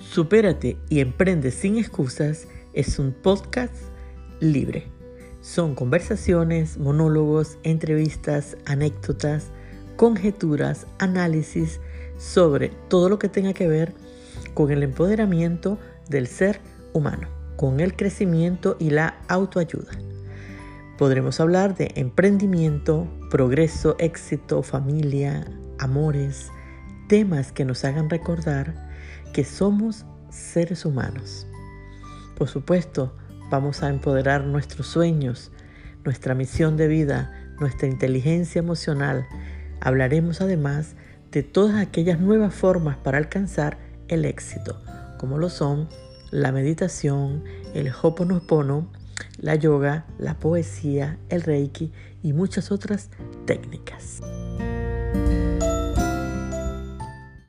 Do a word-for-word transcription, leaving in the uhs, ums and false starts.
Supérate y emprende sin excusas es un podcast libre. Son conversaciones, monólogos, entrevistas, anécdotas, conjeturas, análisis sobre todo lo que tenga que ver con el empoderamiento del ser humano, con el crecimiento y la autoayuda. Podremos hablar de emprendimiento, progreso, éxito, familia, amores, temas que nos hagan recordar que somos seres humanos. Por supuesto, vamos a empoderar nuestros sueños, nuestra misión de vida, nuestra inteligencia emocional. Hablaremos además de todas aquellas nuevas formas para alcanzar el éxito, como lo son la meditación, el Ho'oponopono, la yoga, la poesía, el reiki y muchas otras técnicas.